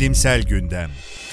Bilimsel Gündem.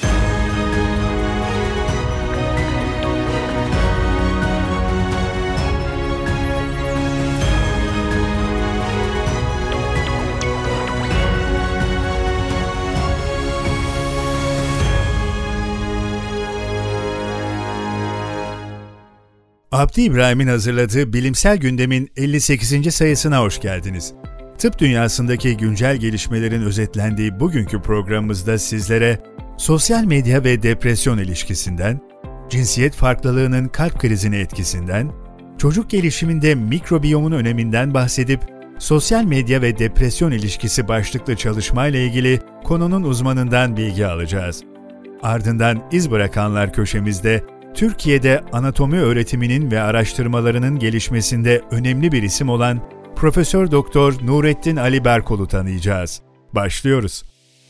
Abdi İbrahim'in hazırladığı Bilimsel Gündem'in 58. sayısına hoş geldiniz. Tıp dünyasındaki güncel gelişmelerin özetlendiği bugünkü programımızda sizlere sosyal medya ve depresyon ilişkisinden, cinsiyet farklılığının kalp krizine etkisinden, çocuk gelişiminde mikrobiyomun öneminden bahsedip, sosyal medya ve depresyon ilişkisi başlıklı çalışmayla ilgili konunun uzmanından bilgi alacağız. Ardından iz bırakanlar köşemizde, Türkiye'de anatomi öğretiminin ve araştırmalarının gelişmesinde önemli bir isim olan Profesör Doktor Nurettin Ali Berkol'u tanıyacağız. Başlıyoruz.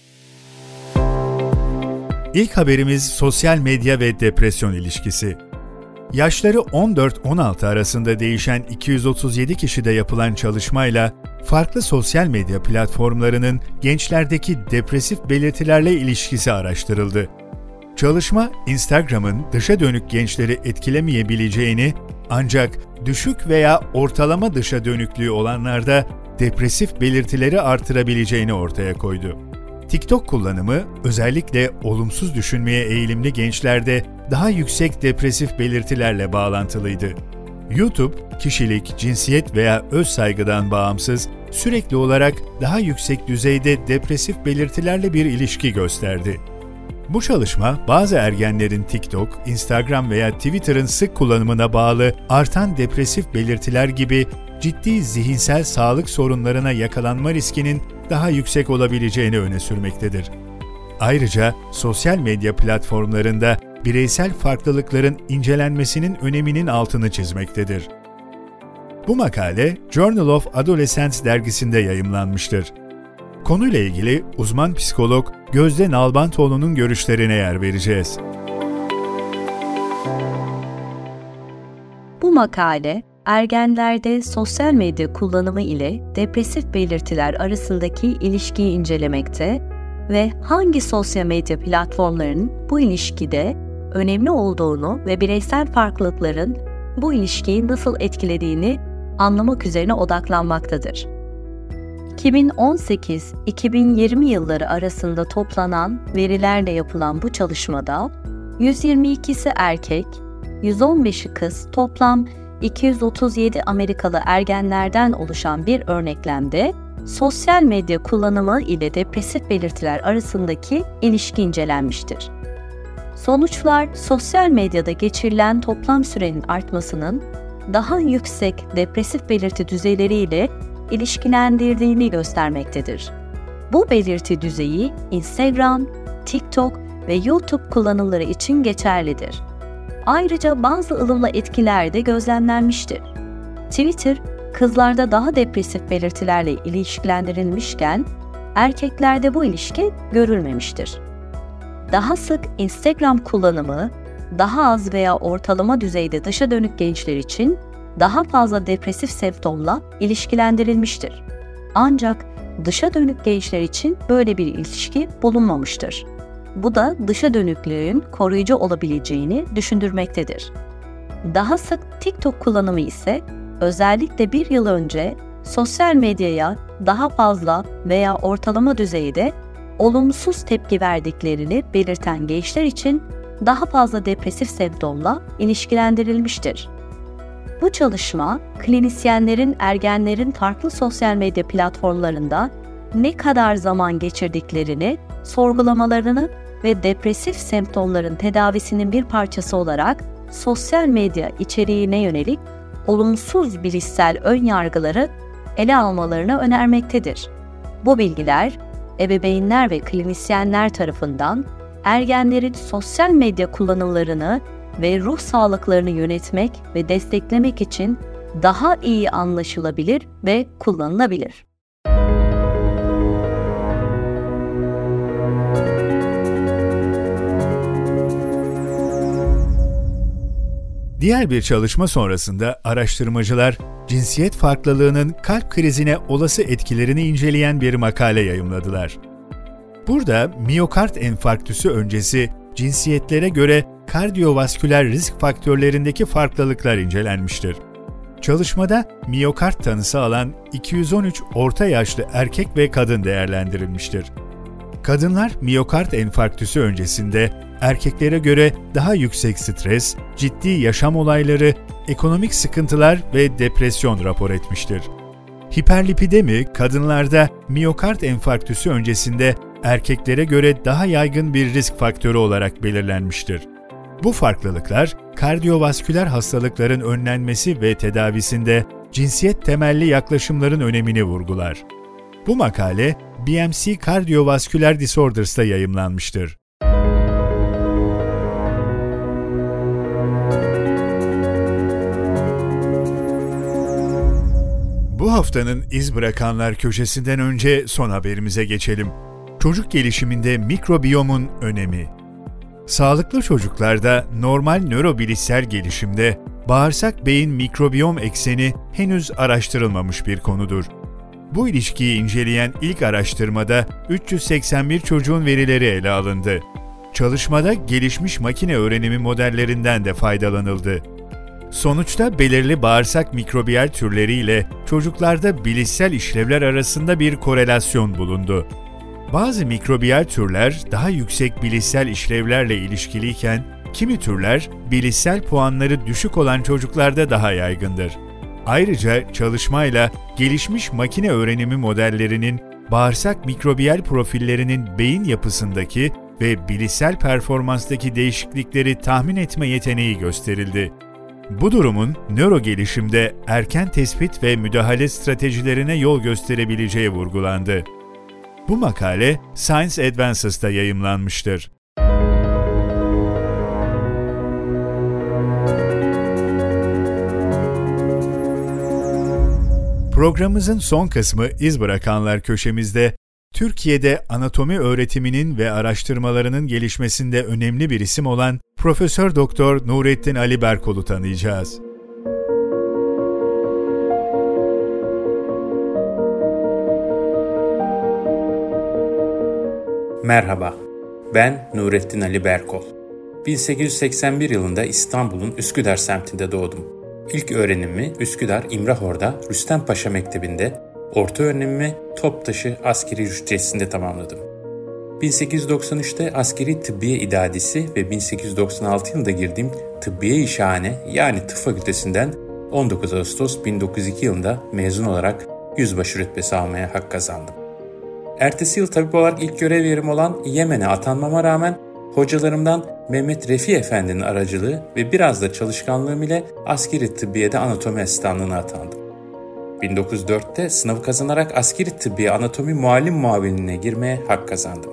İlk haberimiz sosyal medya ve depresyon ilişkisi. Yaşları 14-16 arasında değişen 237 kişide yapılan çalışmayla farklı sosyal medya platformlarının gençlerdeki depresif belirtilerle ilişkisi araştırıldı. Çalışma, Instagram'ın dışa dönük gençleri etkilemeyebileceğini, ancak düşük veya ortalama dışa dönüklüğü olanlarda depresif belirtileri artırabileceğini ortaya koydu. TikTok kullanımı, özellikle olumsuz düşünmeye eğilimli gençlerde daha yüksek depresif belirtilerle bağlantılıydı. YouTube, kişilik, cinsiyet veya öz saygıdan bağımsız, sürekli olarak daha yüksek düzeyde depresif belirtilerle bir ilişki gösterdi. Bu çalışma, bazı ergenlerin TikTok, Instagram veya Twitter'ın sık kullanımına bağlı artan depresif belirtiler gibi ciddi zihinsel sağlık sorunlarına yakalanma riskinin daha yüksek olabileceğini öne sürmektedir. Ayrıca sosyal medya platformlarında bireysel farklılıkların incelenmesinin öneminin altını çizmektedir. Bu makale Journal of Adolescence dergisinde yayımlanmıştır. Konuyla ilgili uzman psikolog Gözde Nalbantoğlu'nun görüşlerine yer vereceğiz. Bu makale, ergenlerde sosyal medya kullanımı ile depresif belirtiler arasındaki ilişkiyi incelemekte ve hangi sosyal medya platformlarının bu ilişkide önemli olduğunu ve bireysel farklılıkların bu ilişkiyi nasıl etkilediğini anlamak üzerine odaklanmaktadır. 2018-2020 yılları arasında toplanan verilerle yapılan bu çalışmada 122'si erkek, 115'i kız, toplam 237 Amerikalı ergenlerden oluşan bir örneklemde sosyal medya kullanımı ile depresif belirtiler arasındaki ilişki incelenmiştir. Sonuçlar, sosyal medyada geçirilen toplam sürenin artmasının daha yüksek depresif belirti düzeyleriyle ilişkilendirdiğini göstermektedir. Bu belirti düzeyi Instagram, TikTok ve YouTube kullanımları için geçerlidir. Ayrıca bazı ılımlı etkiler de gözlemlenmiştir. Twitter, kızlarda daha depresif belirtilerle ilişkilendirilmişken, erkeklerde bu ilişki görülmemiştir. Daha sık Instagram kullanımı, daha az veya ortalama düzeyde dışa dönük gençler için daha fazla depresif semptomla ilişkilendirilmiştir. Ancak dışa dönük gençler için böyle bir ilişki bulunmamıştır. Bu da dışa dönüklüğün koruyucu olabileceğini düşündürmektedir. Daha sık TikTok kullanımı ise özellikle bir yıl önce sosyal medyaya daha fazla veya ortalama düzeyde olumsuz tepki verdiklerini belirten gençler için daha fazla depresif semptomla ilişkilendirilmiştir. Bu çalışma, klinisyenlerin ergenlerin farklı sosyal medya platformlarında ne kadar zaman geçirdiklerini, sorgulamalarını ve depresif semptomların tedavisinin bir parçası olarak sosyal medya içeriğine yönelik olumsuz bilişsel önyargıları ele almalarını önermektedir. Bu bilgiler, ebeveynler ve klinisyenler tarafından ergenlerin sosyal medya kullanımlarını ve ruh sağlıklarını yönetmek ve desteklemek için daha iyi anlaşılabilir ve kullanılabilir. Diğer bir çalışma sonrasında araştırmacılar, cinsiyet farklılığının kalp krizine olası etkilerini inceleyen bir makale yayımladılar. Burada miyokard enfarktüsü öncesi cinsiyetlere göre kardiyovasküler risk faktörlerindeki farklılıklar incelenmiştir. Çalışmada miyokard tanısı alan 213 orta yaşlı erkek ve kadın değerlendirilmiştir. Kadınlar miyokard enfarktüsü öncesinde erkeklere göre daha yüksek stres, ciddi yaşam olayları, ekonomik sıkıntılar ve depresyon rapor etmiştir. Hiperlipidemi kadınlarda miyokard enfarktüsü öncesinde erkeklere göre daha yaygın bir risk faktörü olarak belirlenmiştir. Bu farklılıklar, kardiyovasküler hastalıkların önlenmesi ve tedavisinde cinsiyet temelli yaklaşımların önemini vurgular. Bu makale, BMC Cardiovascular Disorders'ta yayımlanmıştır. Bu haftanın iz bırakanlar köşesinden önce son haberimize geçelim. Çocuk gelişiminde mikrobiyomun önemi. Sağlıklı çocuklarda normal nörobilişsel gelişimde bağırsak-beyin mikrobiyom ekseni henüz araştırılmamış bir konudur. Bu ilişkiyi inceleyen ilk araştırmada 381 çocuğun verileri ele alındı. Çalışmada gelişmiş makine öğrenimi modellerinden de faydalanıldı. Sonuçta belirli bağırsak mikrobiyal türleriyle çocuklarda bilişsel işlevler arasında bir korelasyon bulundu. Bazı mikrobiyal türler daha yüksek bilişsel işlevlerle ilişkiliyken, kimi türler bilişsel puanları düşük olan çocuklarda daha yaygındır. Ayrıca çalışmayla gelişmiş makine öğrenimi modellerinin bağırsak mikrobiyal profillerinin beyin yapısındaki ve bilişsel performanstaki değişiklikleri tahmin etme yeteneği gösterildi. Bu durumun nöro gelişimde erken tespit ve müdahale stratejilerine yol gösterebileceği vurgulandı. Bu makale Science Advances'ta yayımlanmıştır. Programımızın son kısmı iz bırakanlar köşemizde, Türkiye'de anatomi öğretiminin ve araştırmalarının gelişmesinde önemli bir isim olan Profesör Doktor Nurettin Ali Berkol'u tanıyacağız. Merhaba, ben Nurettin Ali Berkol. 1881 yılında İstanbul'un Üsküdar semtinde doğdum. İlk öğrenimimi Üsküdar İmrahor'da Rüstem Paşa Mektebi'nde, orta öğrenimimi Toptaşı Askeri Rüştiyesi'nde tamamladım. 1893'te Askeri Tıbbiye İdadisi ve 1896 yılında girdiğim Tıbbiye-i Şahane yani Tıp Fakültesinden 19 Ağustos 1902 yılında mezun olarak yüzbaşı rütbesi almaya hak kazandım. Ertesi yıl tabip olarak ilk görev yerim olan Yemen'e atanmama rağmen hocalarımdan Mehmet Refi Efendi'nin aracılığı ve biraz da çalışkanlığım ile Askeri Tıbbiye'de anatomi asistanlığına atandım. 1904'te sınavı kazanarak Askeri Tıbbiye Anatomi Muallim Muavinliğine girmeye hak kazandım.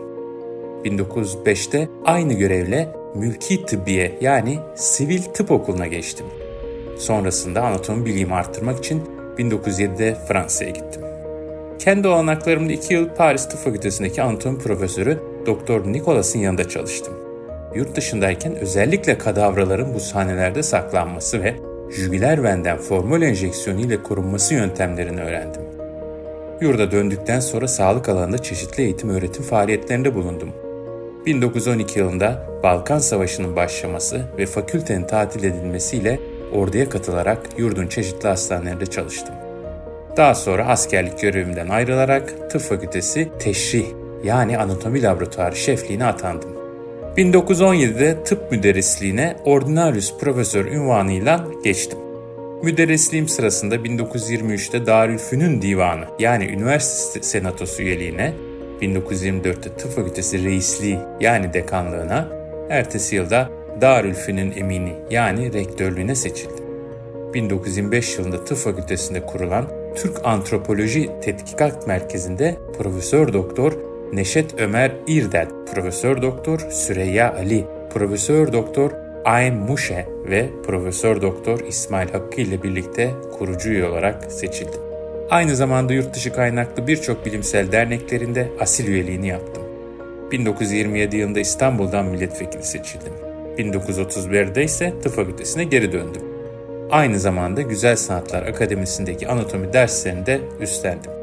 1905'te aynı görevle Mülki Tıbbiye yani Sivil Tıp Okulu'na geçtim. Sonrasında anatomi bilgimi arttırmak için 1907'de Fransa'ya gittim. Kendi olanaklarımda 2 yıl Paris Tıp Fakültesi'ndeki anatomi profesörü Dr. Nicolas'ın yanında çalıştım. Yurt dışındayken özellikle kadavraların bu sahnelerde saklanması ve jübiler venden formol enjeksiyonu ile korunması yöntemlerini öğrendim. Yurda döndükten sonra sağlık alanında çeşitli eğitim öğretim faaliyetlerinde bulundum. 1912 yılında Balkan Savaşı'nın başlaması ve fakültenin tatil edilmesiyle orduya katılarak yurdun çeşitli hastanelerinde çalıştım. Daha sonra askerlik görevimden ayrılarak Tıp Fakültesi Teşrih yani Anatomi Laboratuvarı şefliğine atandım. 1917'de tıp müderrisliğine Ordinarius Profesör unvanıyla geçtim. Müderrisliğim sırasında 1923'te Darülfünun Divanı yani Üniversite Senatosu üyeliğine, 1924'te Tıp Fakültesi Reisliği yani dekanlığına, ertesi yılda Darülfünun Emini yani rektörlüğüne seçildim. 1925 yılında Tıp Fakültesi'nde kurulan Türk Antropoloji Tetkikat Merkezi'nde Profesör Doktor Neşet Ömer İrdel, Profesör Doktor Süreyya Ali, Profesör Doktor Ayn Muşe ve Profesör Doktor İsmail Hakkı ile birlikte kurucu üye olarak seçildim. Aynı zamanda yurt dışı kaynaklı birçok bilimsel derneklerinde asil üyeliğini yaptım. 1927 yılında İstanbul'dan milletvekili seçildim. 1931'de ise Tıp Fakültesi'ne geri döndüm. Aynı zamanda Güzel Sanatlar Akademisi'ndeki anatomi derslerini de üstlendim.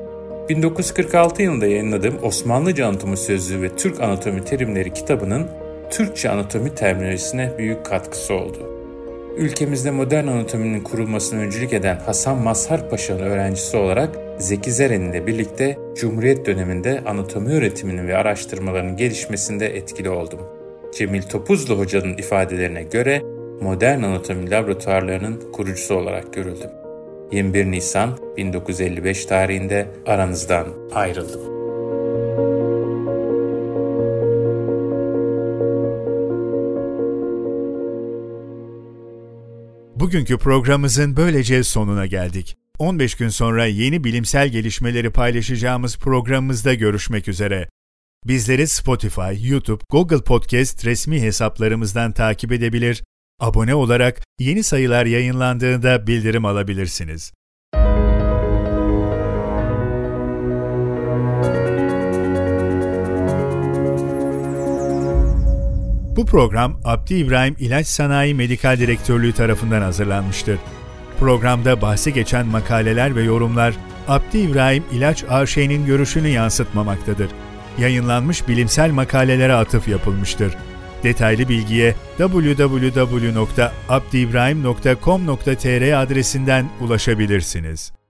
1946 yılında yayınladığım Osmanlıca Anatomi Sözlüğü ve Türk Anatomi Terimleri kitabının Türkçe anatomi terminolojisine büyük katkısı oldu. Ülkemizde modern anatominin kurulmasına öncülük eden Hasan Mazhar Paşa'nın öğrencisi olarak Zeki Zeren ile birlikte Cumhuriyet döneminde anatomi öğretiminin ve araştırmalarının gelişmesinde etkili oldum. Cemil Topuzlu Hoca'nın ifadelerine göre modern anatomi laboratuvarlarının kurucusu olarak görüldüm. 21 Nisan 1955 tarihinde aranızdan ayrıldım. Bugünkü programımızın böylece sonuna geldik. 15 gün sonra yeni bilimsel gelişmeleri paylaşacağımız programımızda görüşmek üzere. Bizleri Spotify, YouTube, Google Podcast resmi hesaplarımızdan takip edebilir, abone olarak yeni sayılar yayınlandığında bildirim alabilirsiniz. Bu program Abdi İbrahim İlaç Sanayi Medikal Direktörlüğü tarafından hazırlanmıştır. Programda bahsi geçen makaleler ve yorumlar Abdi İbrahim İlaç AŞ'nin görüşünü yansıtmamaktadır. Yayınlanmış bilimsel makalelere atıf yapılmıştır. Detaylı bilgiye www.abdiibrahim.com.tr adresinden ulaşabilirsiniz.